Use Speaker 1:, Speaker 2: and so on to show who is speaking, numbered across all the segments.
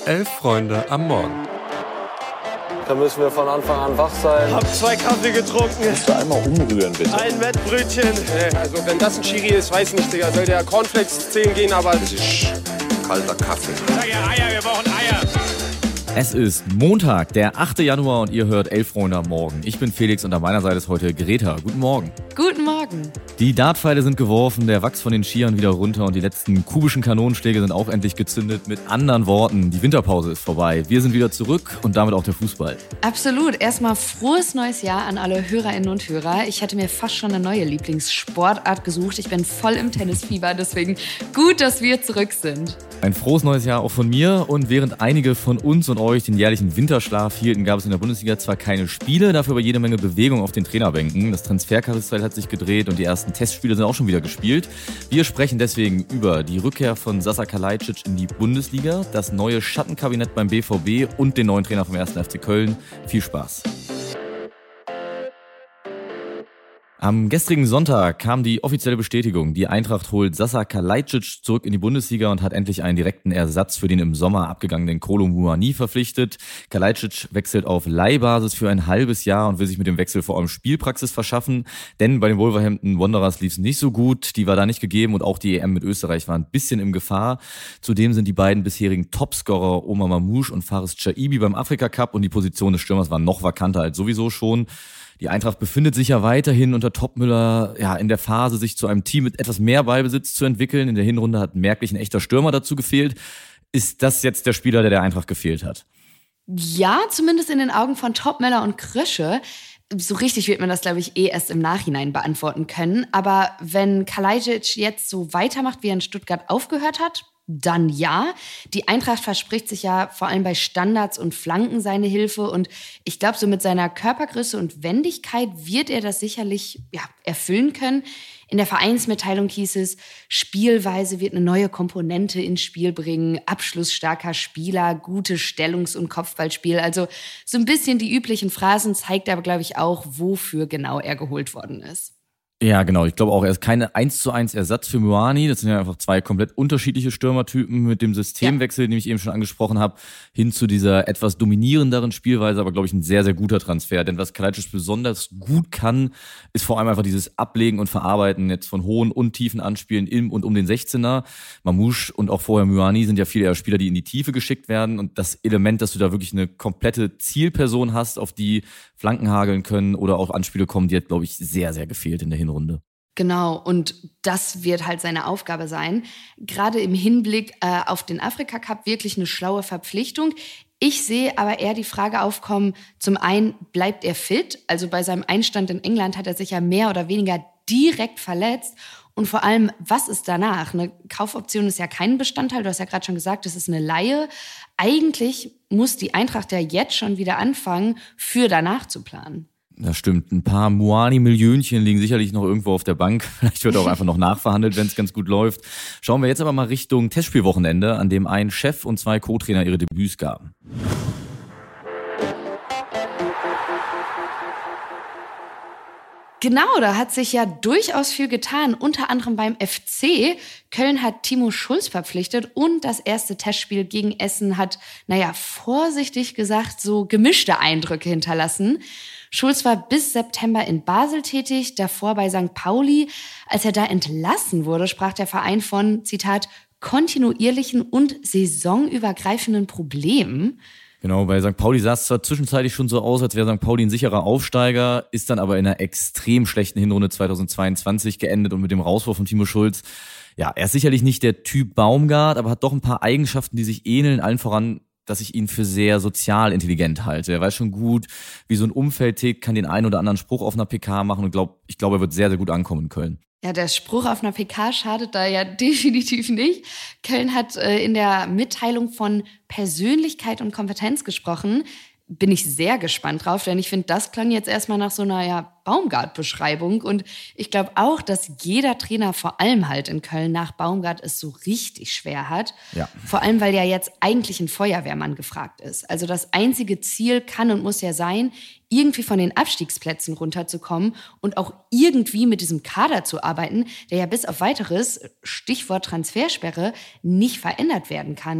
Speaker 1: 11 Freunde am Morgen.
Speaker 2: Da müssen wir von Anfang an wach sein.
Speaker 3: Hab 2 Kaffee getrunken.
Speaker 4: Musst du einmal umrühren, bitte.
Speaker 3: Ein Wettbrötchen. Also wenn das ein Chiri ist, weiß nicht, Digga. Soll der Cornflakes 10 gehen, aber...
Speaker 4: Das ist kalter Kaffee.
Speaker 3: Sag ja Eier, wir brauchen Eier.
Speaker 5: Es ist Montag, der 8. Januar und ihr hört 11 Freunde am Morgen. Ich bin Felix und an meiner Seite ist heute Greta. Guten Morgen.
Speaker 6: Guten Morgen.
Speaker 5: Die Dartpfeile sind geworfen, der Wachs von den Skiern wieder runter und die letzten kubischen Kanonenschläge sind auch endlich gezündet. Mit anderen Worten, die Winterpause ist vorbei. Wir sind wieder zurück und damit auch der Fußball.
Speaker 6: Absolut. Erstmal frohes neues Jahr an alle Hörerinnen und Hörer. Ich hätte mir fast schon eine neue Lieblingssportart gesucht. Ich bin voll im Tennisfieber, deswegen gut, dass wir zurück sind.
Speaker 5: Ein frohes neues Jahr auch von mir und während einige von uns und euch den jährlichen Winterschlaf hielten, gab es in der Bundesliga zwar keine Spiele, dafür aber jede Menge Bewegung auf den Trainerbänken. Das Transferkarussell hat sich gedreht und die ersten Testspiele sind auch schon wieder gespielt. Wir sprechen deswegen über die Rückkehr von Sasa Kalajdzic in die Bundesliga, das neue Schattenkabinett beim BVB und den neuen Trainer vom 1. FC Köln. Viel Spaß! Am gestrigen Sonntag kam die offizielle Bestätigung, die Eintracht holt Sasa Kalajdzic zurück in die Bundesliga und hat endlich einen direkten Ersatz für den im Sommer abgegangenen Kolo Muani verpflichtet. Kalajdzic wechselt auf Leihbasis für ein halbes Jahr und will sich mit dem Wechsel vor allem Spielpraxis verschaffen, denn bei den Wolverhampton Wanderers lief es nicht so gut, die war da nicht gegeben und auch die EM mit Österreich war ein bisschen in Gefahr. Zudem sind die beiden bisherigen Topscorer Omar Mamouche und Faris Chaibi beim Afrika Cup und die Position des Stürmers war noch vakanter als sowieso schon. Die Eintracht befindet sich ja weiterhin unter Topmüller in der Phase, sich zu einem Team mit etwas mehr Ballbesitz zu entwickeln. In der Hinrunde hat merklich ein echter Stürmer dazu gefehlt. Ist das jetzt der Spieler, der Eintracht gefehlt hat?
Speaker 6: Ja, zumindest in den Augen von Topmöller und Krösche. So richtig wird man das, glaube ich, erst im Nachhinein beantworten können. Aber wenn Kalajdzic jetzt so weitermacht, wie er in Stuttgart aufgehört hat, dann ja. Die Eintracht verspricht sich ja vor allem bei Standards und Flanken seine Hilfe. Und ich glaube, so mit seiner Körpergröße und Wendigkeit wird er das sicherlich erfüllen können. In der Vereinsmitteilung hieß es, Spielweise wird eine neue Komponente ins Spiel bringen, abschlussstarker Spieler, gutes Stellungs- und Kopfballspiel. Also so ein bisschen die üblichen Phrasen, zeigt aber, glaube ich, auch, wofür genau er geholt worden ist.
Speaker 5: Ja, genau. Ich glaube auch, er ist keine 1:1 Ersatz für Muani. Das sind ja einfach zwei komplett unterschiedliche Stürmertypen mit dem Systemwechsel, den ich eben schon angesprochen habe, hin zu dieser etwas dominierenderen Spielweise, aber glaube ich ein sehr, sehr guter Transfer. Denn was Kalajdzic besonders gut kann, ist vor allem einfach dieses Ablegen und Verarbeiten jetzt von hohen und tiefen Anspielen im und um den 16er. Mamouche und auch vorher Muani sind ja viele eher Spieler, die in die Tiefe geschickt werden. Und das Element, dass du da wirklich eine komplette Zielperson hast, auf die Flanken hageln können oder auch Anspiele kommen, die hat, glaube ich, sehr, sehr gefehlt in der Hinrunde.
Speaker 6: Genau, und das wird halt seine Aufgabe sein. Gerade im Hinblick auf den Afrika Cup wirklich eine schlaue Verpflichtung. Ich sehe aber eher die Frage aufkommen, zum einen, bleibt er fit? Also bei seinem Einstand in England hat er sich ja mehr oder weniger direkt verletzt. Und vor allem, was ist danach? Eine Kaufoption ist ja kein Bestandteil. Du hast ja gerade schon gesagt, das ist eine Leihe. Eigentlich muss die Eintracht ja jetzt schon wieder anfangen, für danach zu planen.
Speaker 5: Das stimmt. Ein paar Muani-Millionchen liegen sicherlich noch irgendwo auf der Bank. Vielleicht wird auch einfach noch nachverhandelt, wenn es ganz gut läuft. Schauen wir jetzt aber mal Richtung Testspielwochenende, an dem ein Chef und 2 Co-Trainer ihre Debüts gaben.
Speaker 6: Genau, da hat sich ja durchaus viel getan, unter anderem beim FC. Köln hat Timo Schulz verpflichtet und das erste Testspiel gegen Essen hat, vorsichtig gesagt, so gemischte Eindrücke hinterlassen. Schulz war bis September in Basel tätig, davor bei St. Pauli. Als er da entlassen wurde, sprach der Verein von, Zitat, kontinuierlichen und saisonübergreifenden Problemen.
Speaker 5: Genau, bei St. Pauli sah es zwar zwischenzeitlich schon so aus, als wäre St. Pauli ein sicherer Aufsteiger, ist dann aber in einer extrem schlechten Hinrunde 2022 geendet und mit dem Rauswurf von Timo Schulz. Ja, er ist sicherlich nicht der Typ Baumgart, aber hat doch ein paar Eigenschaften, die sich ähneln, allen voran, dass ich ihn für sehr sozial intelligent halte. Er weiß schon gut, wie so ein Umfeld tickt, kann den einen oder anderen Spruch auf einer PK machen und ich glaube, er wird sehr, sehr gut ankommen in Köln.
Speaker 6: Ja, der Spruch auf einer PK schadet da ja definitiv nicht. Köln hat in der Mitteilung von Persönlichkeit und Kompetenz gesprochen. Bin ich sehr gespannt drauf, denn ich finde, das klang jetzt erstmal nach so einer Baumgart-Beschreibung. Und ich glaube auch, dass jeder Trainer, vor allem halt in Köln, nach Baumgart es so richtig schwer hat.
Speaker 5: Ja.
Speaker 6: Vor allem, weil ja jetzt eigentlich ein Feuerwehrmann gefragt ist. Also das einzige Ziel kann und muss ja sein, irgendwie von den Abstiegsplätzen runterzukommen und auch irgendwie mit diesem Kader zu arbeiten, der ja bis auf Weiteres, Stichwort Transfersperre, nicht verändert werden kann.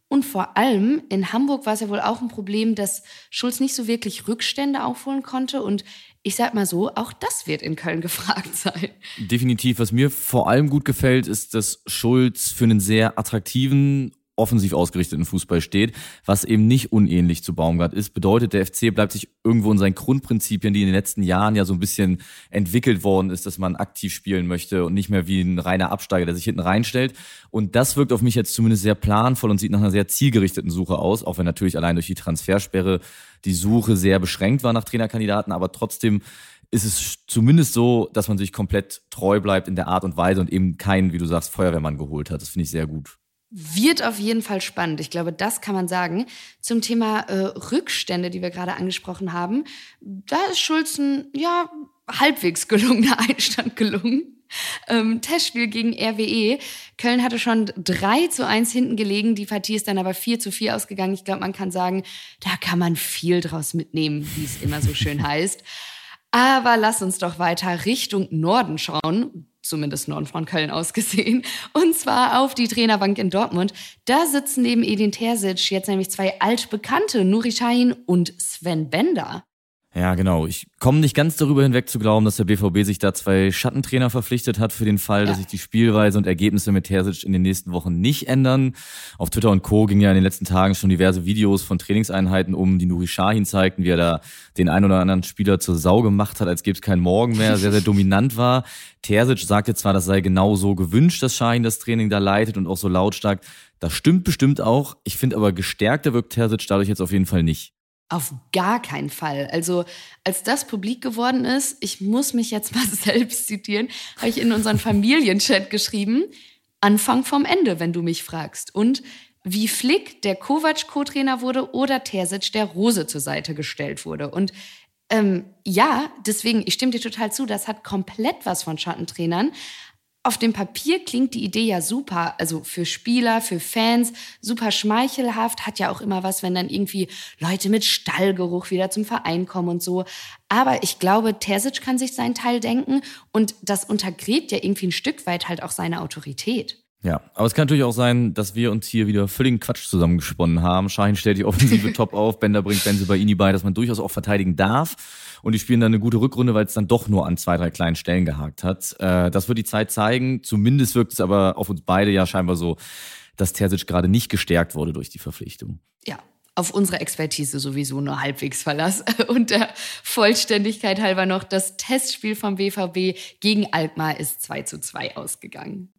Speaker 6: Und vor allem in Hamburg war es ja wohl auch ein Problem, dass Schulz nicht so wirklich Rückstände aufholen konnte. Und ich sag mal so, auch das wird in Köln gefragt sein.
Speaker 5: Definitiv. Was mir vor allem gut gefällt, ist, dass Schulz für einen sehr attraktiven, offensiv ausgerichteten Fußball steht, was eben nicht unähnlich zu Baumgart ist. Bedeutet, der FC bleibt sich irgendwo in seinen Grundprinzipien, die in den letzten Jahren ja so ein bisschen entwickelt worden ist, dass man aktiv spielen möchte und nicht mehr wie ein reiner Absteiger, der sich hinten reinstellt. Und das wirkt auf mich jetzt zumindest sehr planvoll und sieht nach einer sehr zielgerichteten Suche aus, auch wenn natürlich allein durch die Transfersperre die Suche sehr beschränkt war nach Trainerkandidaten, aber trotzdem ist es zumindest so, dass man sich komplett treu bleibt in der Art und Weise und eben keinen, wie du sagst, Feuerwehrmann geholt hat. Das finde ich sehr gut.
Speaker 6: Wird auf jeden Fall spannend. Ich glaube, das kann man sagen. Zum Thema Rückstände, die wir gerade angesprochen haben, da ist Schulz ein, halbwegs gelungener Einstand gelungen. Testspiel gegen RWE. Köln hatte schon 3-1 hinten gelegen. Die Partie ist dann aber 4-4 ausgegangen. Ich glaube, man kann sagen, da kann man viel draus mitnehmen, wie es immer so schön heißt. Aber lass uns doch weiter Richtung Norden schauen. Zumindest Norden von Köln aus gesehen, und zwar auf die Trainerbank in Dortmund. Da sitzen neben Edin Terzic jetzt nämlich 2 altbekannte, Nuri Sahin und Sven Bender.
Speaker 5: Ja, genau. Ich komme nicht ganz darüber hinweg zu glauben, dass der BVB sich da 2 Schattentrainer verpflichtet hat für den Fall, dass sich die Spielweise und Ergebnisse mit Terzic in den nächsten Wochen nicht ändern. Auf Twitter und Co. gingen ja in den letzten Tagen schon diverse Videos von Trainingseinheiten die Nuri Sahin zeigten, wie er da den ein oder anderen Spieler zur Sau gemacht hat, als gäbe es keinen Morgen mehr, sehr, sehr dominant war. Terzic sagte zwar, das sei genau so gewünscht, dass Sahin das Training da leitet und auch so lautstark. Das stimmt bestimmt auch. Ich finde aber, gestärkter wirkt Terzic dadurch jetzt auf jeden Fall nicht.
Speaker 6: Auf gar keinen Fall. Also als das publik geworden ist, ich muss mich jetzt mal selbst zitieren, habe ich in unseren Familienchat geschrieben, Anfang vom Ende, wenn du mich fragst. Und wie Flick der Kovac Co-Trainer wurde oder Terzic der Rose zur Seite gestellt wurde. Und deswegen, ich stimme dir total zu, das hat komplett was von Schattentrainern. Auf dem Papier klingt die Idee ja super, also für Spieler, für Fans, super schmeichelhaft, hat ja auch immer was, wenn dann irgendwie Leute mit Stallgeruch wieder zum Verein kommen und so. Aber ich glaube, Terzic kann sich seinen Teil denken und das untergräbt ja irgendwie ein Stück weit halt auch seine Autorität.
Speaker 5: Ja, aber es kann natürlich auch sein, dass wir uns hier wieder völligen Quatsch zusammengesponnen haben. Sahin stellt die Offensive top auf, Bender bringt Bensebaini bei, dass man durchaus auch verteidigen darf. Und die spielen dann eine gute Rückrunde, weil es dann doch nur an 2, 3 kleinen Stellen gehakt hat. Das wird die Zeit zeigen. Zumindest wirkt es aber auf uns beide ja scheinbar so, dass Terzic gerade nicht gestärkt wurde durch die Verpflichtung.
Speaker 6: Ja, auf unsere Expertise sowieso nur halbwegs Verlass. Und der Vollständigkeit halber noch, das Testspiel vom BVB gegen Alkmaar ist 2-2 ausgegangen.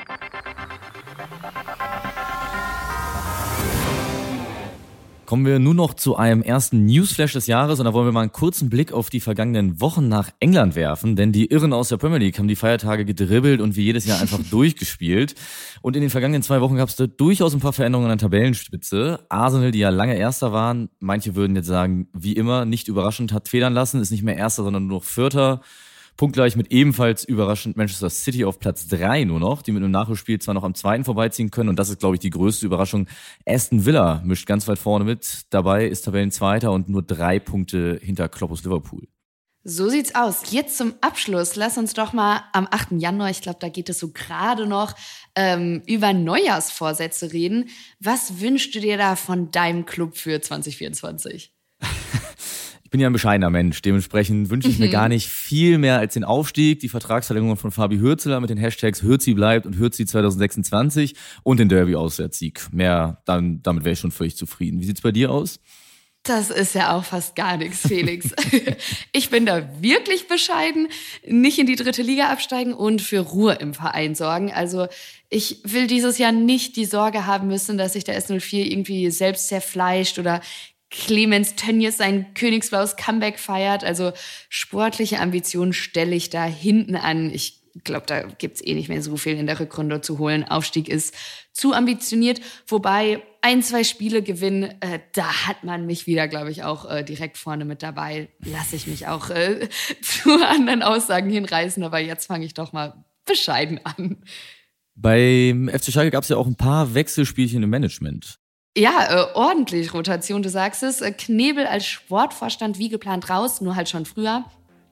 Speaker 5: Kommen wir nun noch zu einem ersten Newsflash des Jahres und da wollen wir mal einen kurzen Blick auf die vergangenen Wochen nach England werfen, denn die Irren aus der Premier League haben die Feiertage gedribbelt und wie jedes Jahr einfach durchgespielt. Und in den vergangenen 2 Wochen gab es da durchaus ein paar Veränderungen an der Tabellenspitze. Arsenal, die ja lange Erster waren, manche würden jetzt sagen, wie immer, nicht überraschend, hat federn lassen, ist nicht mehr Erster, sondern nur noch Vierter. Punktgleich mit ebenfalls überraschend Manchester City auf Platz 3 nur noch, die mit einem Nachholspiel zwar noch am 2. vorbeiziehen können und das ist, glaube ich, die größte Überraschung. Aston Villa mischt ganz weit vorne mit, dabei ist Tabellenzweiter und nur 3 Punkte hinter Klopp aus Liverpool.
Speaker 6: So sieht's aus. Jetzt zum Abschluss, lass uns doch mal am 8. Januar, ich glaube, da geht es so gerade noch, über Neujahrsvorsätze reden. Was wünschst du dir da von deinem Club für 2024?
Speaker 5: Ich bin ja ein bescheidener Mensch, dementsprechend wünsche ich mir gar nicht viel mehr als den Aufstieg, die Vertragsverlängerung von Fabi Hürzeler mit den Hashtags Hürzi bleibt und Hürzi 2026 und den Derby-Auswärtssieg. Mehr, damit wäre ich schon völlig zufrieden. Wie sieht's bei dir aus?
Speaker 6: Das ist ja auch fast gar nichts, Felix. Ich bin da wirklich bescheiden, nicht in die 3. Liga absteigen und für Ruhe im Verein sorgen. Also ich will dieses Jahr nicht die Sorge haben müssen, dass sich der S04 irgendwie selbst zerfleischt oder Clemens Tönnies sein königsblaues Comeback feiert. Also sportliche Ambitionen stelle ich da hinten an. Ich glaube, da gibt's nicht mehr so viel in der Rückrunde zu holen. Aufstieg ist zu ambitioniert. Wobei 1, 2 Spiele gewinnen, da hat man mich wieder, glaube ich, auch direkt vorne mit dabei. Lasse ich mich auch zu anderen Aussagen hinreißen. Aber jetzt fange ich doch mal bescheiden an.
Speaker 5: Beim FC Schalke gab es ja auch ein paar Wechselspielchen im Management.
Speaker 6: Ja, ordentlich Rotation, du sagst es. Knebel als Sportvorstand wie geplant raus, nur halt schon früher.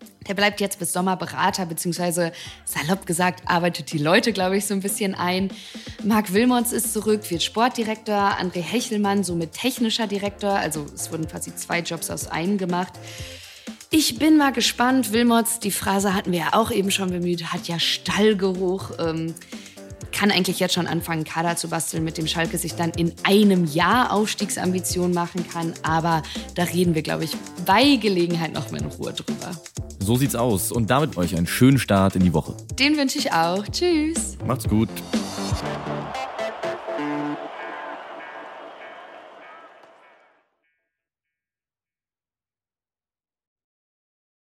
Speaker 6: Der bleibt jetzt bis Sommer Berater, beziehungsweise salopp gesagt, arbeitet die Leute, glaube ich, so ein bisschen ein. Marc Wilmots ist zurück, wird Sportdirektor. André Hechelmann somit technischer Direktor. Also es wurden quasi 2 Jobs aus einem gemacht. Ich bin mal gespannt. Wilmots, die Phrase hatten wir ja auch eben schon bemüht, hat ja Stallgeruch. Kann eigentlich jetzt schon anfangen, Kader zu basteln, mit dem Schalke sich dann in einem Jahr Aufstiegsambitionen machen kann. Aber da reden wir, glaube ich, bei Gelegenheit noch mal in Ruhe drüber.
Speaker 5: So sieht's aus. Und damit euch einen schönen Start in die Woche.
Speaker 6: Den wünsche ich auch. Tschüss.
Speaker 5: Macht's gut.